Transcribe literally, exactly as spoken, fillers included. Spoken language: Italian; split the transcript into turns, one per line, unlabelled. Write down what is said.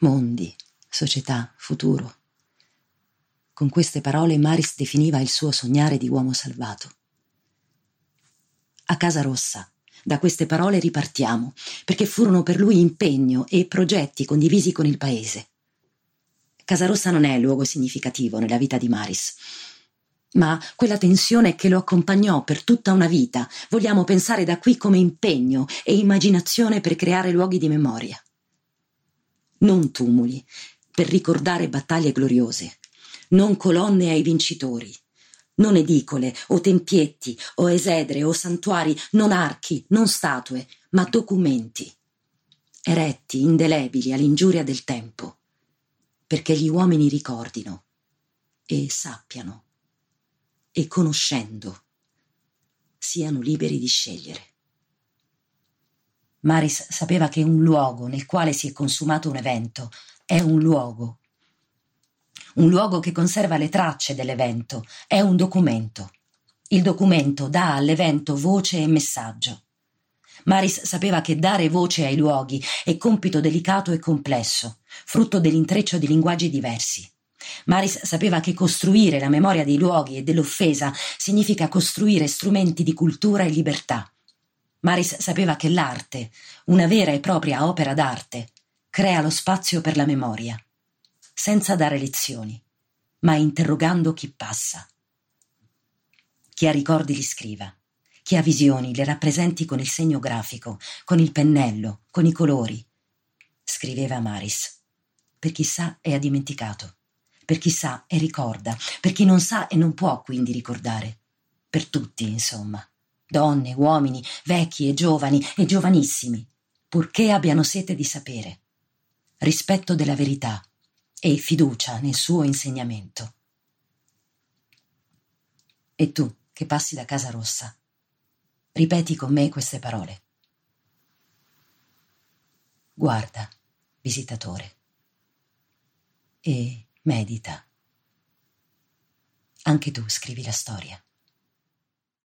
mondi, società, futuro. Con queste parole Maris definiva il suo sognare di uomo salvato. A Casa Rossa, da queste parole ripartiamo, perché furono per lui impegno e progetti condivisi con il paese. Casa Rossa non è luogo significativo nella vita di Maris, ma quella tensione che lo accompagnò per tutta una vita vogliamo pensare da qui come impegno e immaginazione per creare luoghi di memoria. Non tumuli, per ricordare battaglie gloriose, non colonne ai vincitori, non edicole o tempietti o esedre o santuari, non archi, non statue, ma documenti, eretti, indelebili all'ingiuria del tempo, perché gli uomini ricordino e sappiano e conoscendo siano liberi di scegliere. Maris sapeva che un luogo nel quale si è consumato un evento è un luogo. Un luogo che conserva le tracce dell'evento è un documento. Il documento dà all'evento voce e messaggio. Maris sapeva che dare voce ai luoghi è compito delicato e complesso, frutto dell'intreccio di linguaggi diversi. Maris sapeva che costruire la memoria dei luoghi e dell'offesa significa costruire strumenti di cultura e libertà. Maris sapeva che l'arte, una vera e propria opera d'arte, crea lo spazio per la memoria, senza dare lezioni, ma interrogando chi passa. Chi ha ricordi li scriva, chi ha visioni le rappresenti con il segno grafico, con il pennello, con i colori. Scriveva Maris. Per chi sa e ha dimenticato, per chi sa e ricorda, per chi non sa e non può quindi ricordare. Per tutti, insomma. Donne, uomini, vecchi e giovani e giovanissimi, purché abbiano sete di sapere, rispetto della verità e fiducia nel suo insegnamento. E tu, che passi da Casa Rossa, ripeti con me queste parole. Guarda, visitatore, e medita. Anche tu scrivi la storia.